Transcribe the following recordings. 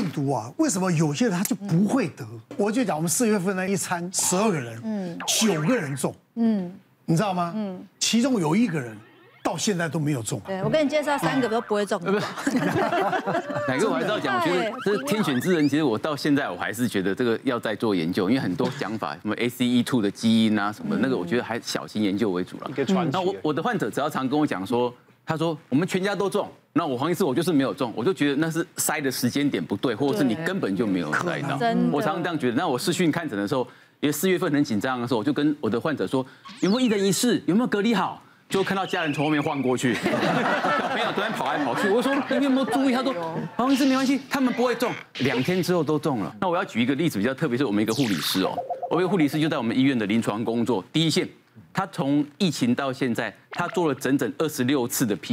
病毒啊，为什么有些人他就不会得？我就讲我们4月份那一餐12个人，9个人中，你知道吗？其中有1个人到现在都没有中。 对，我跟你介绍3个都不会中。 哪个我还是要讲，我觉得这是天选之人。其实我到现在我还是觉得这个要再做研究，因为很多讲法，什么 ACE2 的基因啊什么，那个我觉得还小心研究为主了。 一个传奇。 那我的患者只要常跟我讲说，他说我们全家都中，那我黄医师我就是没有中，我就觉得那是筛的时间点不对，或者是你根本就没有筛到。我常常这样觉得。那我视讯看诊的时候，因为4月份很紧张的时候，我就跟我的患者说，有没有1人1室，有没有隔离好？就看到家人从后面晃过去，小朋友都在跑来跑去。我说你有没有注意？他说黄医师没关系，他们不会中。2天之后都中了。那我要举一个例子比较特别，是我们一个护理师哦，我一个护理师就在我们医院的临床工作第一线，他从疫情到现在，他做了整整26次的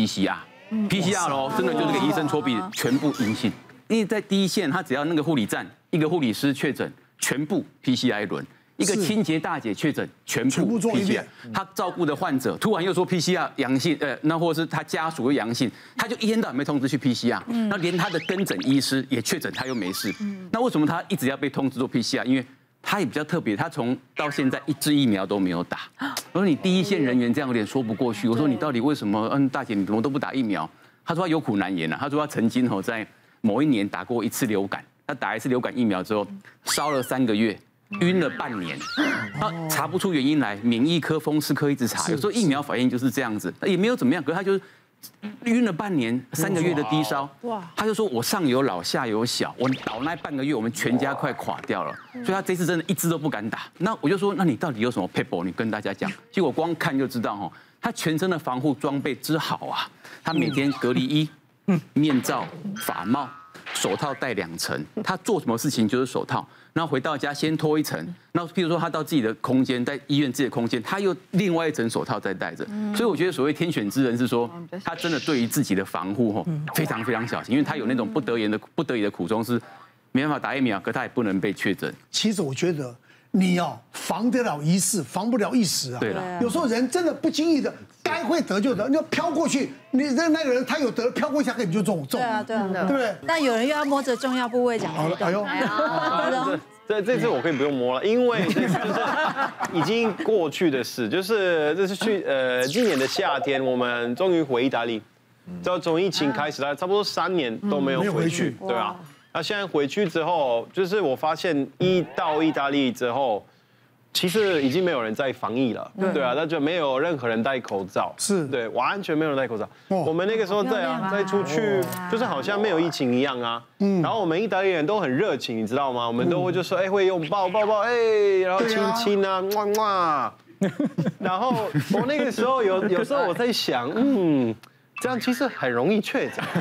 PCR 咯，真的就是给医生戳鼻，全部阴性。因为在第一线，他只要那个护理站一个护理师确诊，全部 PCR 一轮。一个清洁大姐确诊，全部做一遍。他照顾的患者突然又说 PCR 阳性，那或者是他家属又阳性，他就一天到晚没通知去 PCR。那连他的跟诊医师也确诊，他又没事。那为什么他一直要被通知做 PCR？因为他也比较特别，他从到现在1支疫苗都没有打。我说你第一线人员这样有点说不过去。我说你到底为什么？大姐你怎么都不打疫苗？他说他有苦难言啊。他说他曾经在某一年打过1次流感，他打1次流感疫苗之后烧了3个月。晕了半年，他查不出原因来，免疫科、风湿科一直查，有时候疫苗反应就是这样子，也没有怎么样，可是他就是晕了半年，3个月的低烧，他就说我上有老下有小，我倒那半个月，我们全家快垮掉了，所以他这次真的1支都不敢打。那我就说，那你到底有什么 paper？ 你跟大家讲，结果光看就知道他全身的防护装备之好啊，他每天隔离衣、面罩、法帽。手套戴2层，他做什么事情就是手套，然后回到家先脱1层，然后譬如说他到自己的空间，在医院自己的空间，他又另外1层手套再戴着。所以我觉得所谓天选之人是说，他真的对于自己的防护非常非常小心，因为他有那种不得已的苦衷是没办法打疫苗，可他也不能被确诊。 其实我觉得你防得了一世，防不了一时啊。 对了， 有时候人真的不经意的，该会得就得，你要飘过去，你那个人他有得，飘过去他你就中。对啊，对不对？ 但有人又要摸着重要部位讲这个。哎呦， 这次我可以不用摸了，因为这次就是已经过去的事，就是这是今年的夏天，我们终于回意大利，从疫情开始，差不多3年都没有回去，对啊。那现在回去之后，就是我发现到意大利之后，其实已经没有人在防疫了，对啊，那就没有任何人戴口罩， 是对，完全没有人戴口罩。我们那个时候再出去，就是好像没有疫情一样啊。然后我们意大利人都很热情，你知道吗？我们都会就说，会拥抱，然后亲亲啊，么么。然后我那个时候有时候我在想，这样其实很容易确诊，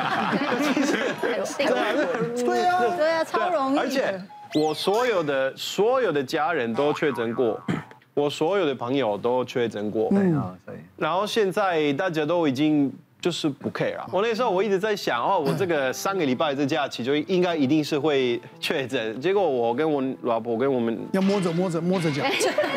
对啊，超容易。 而且我所有的家人都确诊过，我所有的朋友都确诊过，然后现在大家都已经就是不 care 啊。我那时候我一直在想，我这个3个礼拜这假期就一定是会确诊，结果我跟我老婆跟我们要摸着讲。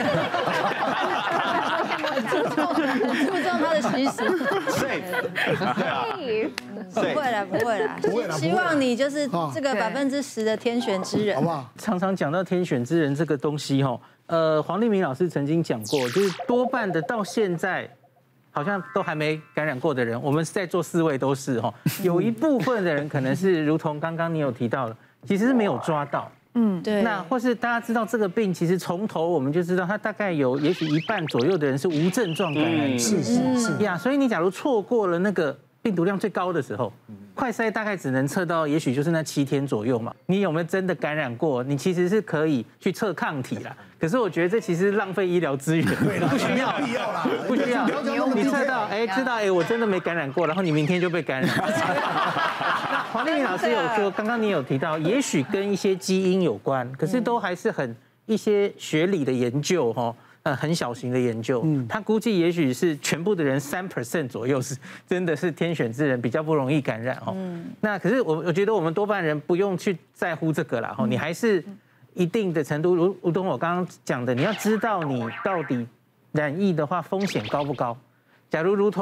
很注重他的习俗。 对啊， 不会啦，希望你就是这个10%的天选之人， 好不好？ 常常讲到天选之人这个东西黄立明老师曾经讲过，就是多半的到现在好像都还没感染过的人，我们在座4位都是有一部分的人可能是如同刚刚你有提到的，其实是没有抓到。 对。 那或是大家知道这个病，其实从头我们就知道，它大概也许1半左右的人是无症状感染。 是呀，所以你假如错过了那个病毒量最高的时候，快筛大概只能测到，也许就是那7天左右嘛。你有没有真的感染过？你其实是可以去测抗体啦。可是我觉得这其实浪费医疗资源，不需要，不需要。你测到，知道，我真的没感染过，然后你明天就被感染。那黄立明老师有说，刚刚你有提到，也许跟一些基因有关，可是都还是一些学理的研究很小型的研究，他估计也许是全部的人3% 左右是真的是天选之人，比较不容易感染那可是我觉得我们多半人不用去在乎这个啦你还是一定的程度，如同我刚刚讲的，你要知道你到底染疫的话风险高不高。假如如同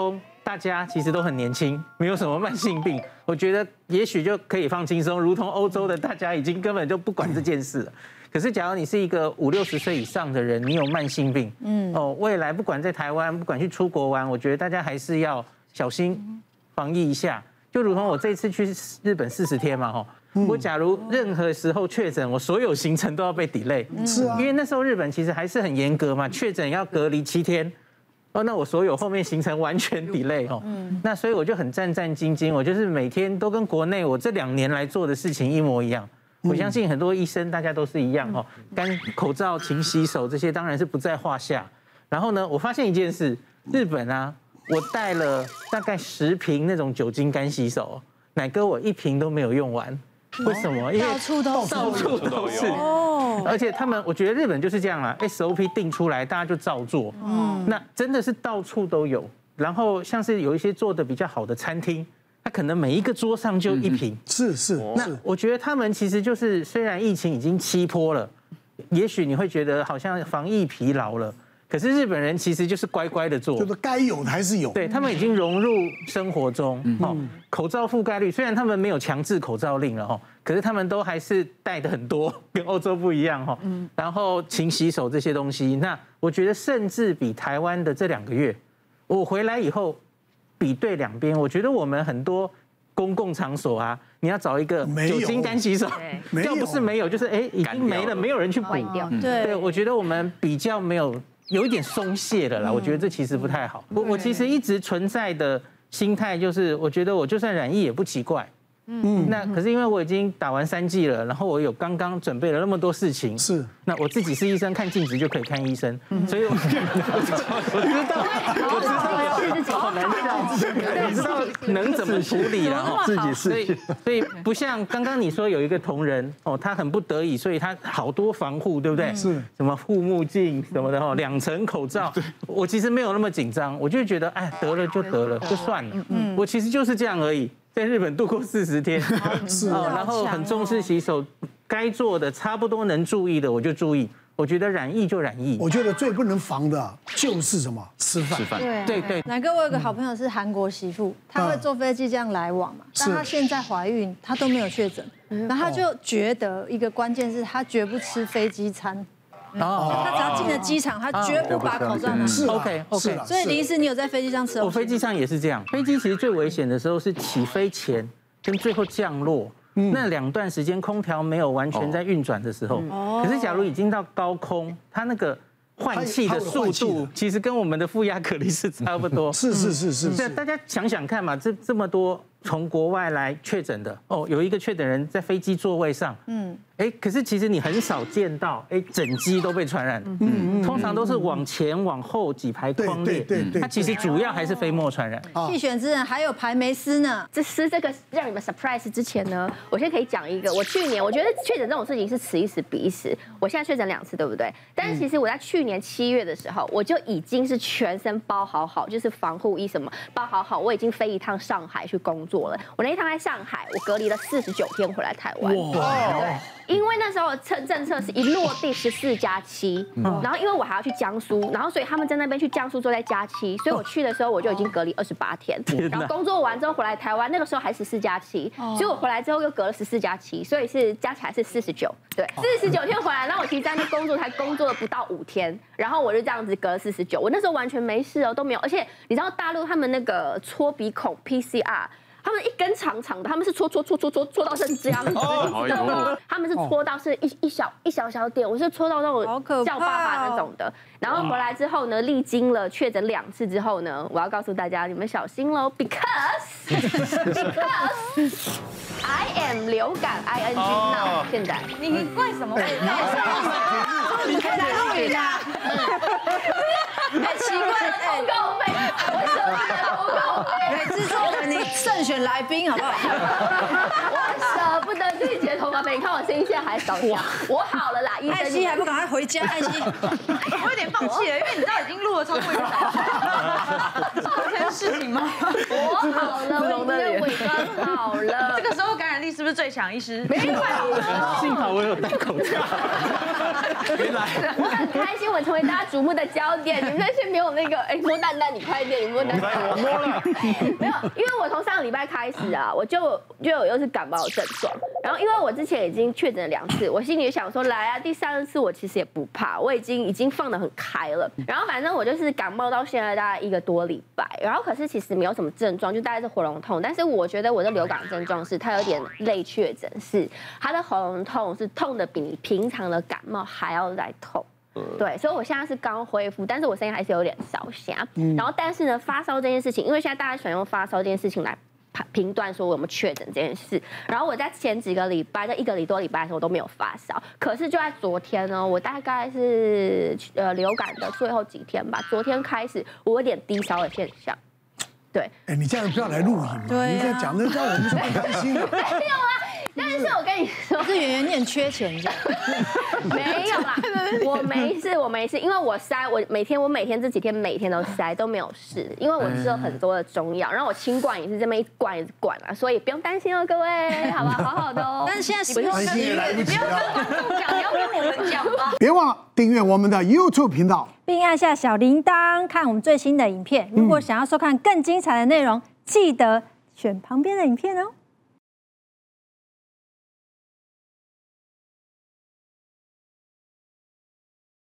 大家其实都很年轻，没有什么慢性病，我觉得也许就可以放轻松，如同欧洲的大家已经根本就不管这件事了。可是，假如你是一个50、60岁以上的人，你有慢性病，未来不管在台湾，不管去出国玩，我觉得大家还是要小心防疫一下。就如同我这次去日本40天嘛，我假如任何时候确诊，我所有行程都要被 delay， 是啊， 因为那时候日本其实还是很严格嘛，确诊要隔离7天。那我所有后面行程完全 delay 那所以我就很战战兢兢，我就是每天都跟国内我这2年来做的事情一模一样。我相信很多医生大家都是一样口罩、勤洗手这些当然是不在话下。然后呢，我发现一件事，日本啊，我带了大概10瓶那种酒精干洗手，乃哥我1瓶都没有用完。为什么？因为到处都是哦，而且他们，我觉得日本就是这样啦 ，SOP 定出来，大家就照做。那真的是到处都有。然后像是有一些做的比较好的餐厅，它可能每一个桌上就1瓶。 是。 那我觉得他们其实就是，虽然疫情已经7波了，也许你会觉得好像防疫疲劳了。可是日本人其实就是乖乖的做， 就是该有的还是有。 对他们已经融入生活中，口罩覆盖率虽然他们没有强制口罩令了可是他们都还是戴的很多，跟欧洲不一样然后勤洗手这些东西，那我觉得甚至比台湾的这2个月，我回来以后比对两边，我觉得我们很多公共场所啊，你要找一个酒精干洗手，要不是没有，就是已经没了，没有人去补。对，我觉得我们比较没有一点松懈了啦，我觉得这其实不太好。我其实一直存在的心态就是，我觉得我就算染疫也不奇怪。那可是因为我已经打完3剂了，然后我有刚刚准备了那么多事情， 是。 那我自己是医生，看镜子就可以看医生，所以我知道能怎么处理了自己是。 所以不像刚刚你说有一个同仁他很不得已，所以他好多防护，对不对？ 是。 什么护目镜什么的2层口罩，我其实没有那么紧张，我就觉得得了就得了，就算了。我其实就是这样而已。在日本度过40天，然后很重视洗手，该做的差不多能注意的我就注意。我觉得染疫就染疫。 我觉得最不能防的就是什么？吃饭。 对。 乃哥，我有个好朋友是韩国媳妇，她会坐飞机这样来往嘛，但她现在怀孕，她都没有确诊，然后她就觉得一个关键是她绝不吃飞机餐。他只要进了机场，他绝不把口罩拿下。 OK。 所以林医师，你有在飞机上吃？ 我飞机上也是这样。飞机其实最危险的时候是起飞前跟最后降落那2段时间，空调没有完全在运转的时候。可是假如已经到高空，它那个换气的速度其实跟我们的负压隔离是差不多。 是。 大家想想看嘛，这么多从国外来确诊的有一个确诊人在飞机座位上，可是其实你很少见到整机都被传染，通常都是往前往后几排框列， 对， 它其实主要还是飞沫传染。 弃选之人还有排梅斯呢。 这个让你们 surprise 之前呢，我先可以讲一个，我去年我觉得确诊这种事情是此一时彼一时，我现在确诊2次，对不对？但是其实我在去年7月的时候，我就已经是全身包好，就是防护衣什么包好，我已经飞一趟上海去工作了。我那一趟在上海，我隔离了49天回来台湾。对。因为那时候政策是一落地14+7，然后因为我还要去江苏，然后所以他们在那边去江苏之后再加7，所以我去的时候我就已经隔离28天，然后工作完之后回来台湾，那个时候还14+7，所以我回来之后又隔了14+7，所以是加起来是49，对，49天回来，然后我其实在那边工作才工作了不到5天，然后我就这样子隔了49，我那时候完全没事都没有，而且你知道大陆他们那个搓鼻孔 PCR。他们一根长长的，他们是搓到是这样子，他们是搓到是一小点，我是搓到那种叫爸爸那种的。然后回来之后呢，历经了确诊2次之后呢，我要告诉大家，你们小心喽 ，because I am 流感 ING now。现在你为什么？ 你可以来录影啊！奇怪， 不够费，我舍不得不够费。 制作人，你慎选来宾好不好？ 我舍不得自己剪头发费，你看我声音现在还少下，我好了啦，医生。 艾希还不赶快回家？艾希， 我有点放弃了，因为你知道已经录了超过1个小时，这件事情吗？ 我好了，我已经伪装好了。 这个时候感染力力是不是最强？医师没有， 幸好我有戴口罩。 原来我很开心，我成为大家瞩目的焦点。你们那些没有那个，摸蛋蛋，你快点，你摸蛋蛋。 我摸了。 没有，因为我从上个礼拜开始啊，我就又是感冒的症状。然后因为我之前已经确诊了2次，我心里想说，来啊，第3次我其实也不怕，我已经放得很开了。然后反正我就是感冒到现在大概1个多礼拜，然后可是其实没有什么症状，就大概是喉咙痛。但是我觉得我的流感症状是它有点类确诊，是它的喉咙痛是痛的比你平常的感冒还要再痛。对，所以我现在是刚恢复，但是我声音还是有点烧瞎。然后但是呢，发烧这件事情，因为现在大家喜欢用发烧这件事情来评断说我有没有确诊这件事。然后我在前几个礼拜，在1个多礼拜的时候我都没有发烧，可是就在昨天呢，我大概是流感的最后几天吧，昨天开始我有点低烧的现象。对， 哎，你这样不要来录影嘛，你这样讲的让我们是很开心的。 没有啊，但是我跟你说， 是圆圆你很缺钱这样。 没有啦，我没事，因为我筛，我每天这几天每天都筛都没有事，因为我吃了很多的中药，然后我清冠也是这么一罐一直灌啊，所以不用担心哦，各位，好吧，好好的哦。 但是现在不用跟你要跟观众讲，你要跟我们讲吗？ 别忘了订阅我们的 YouTube 频道， 并按下小铃铛看我们最新的影片。如果想要收看更精彩的内容，记得选旁边的影片哦。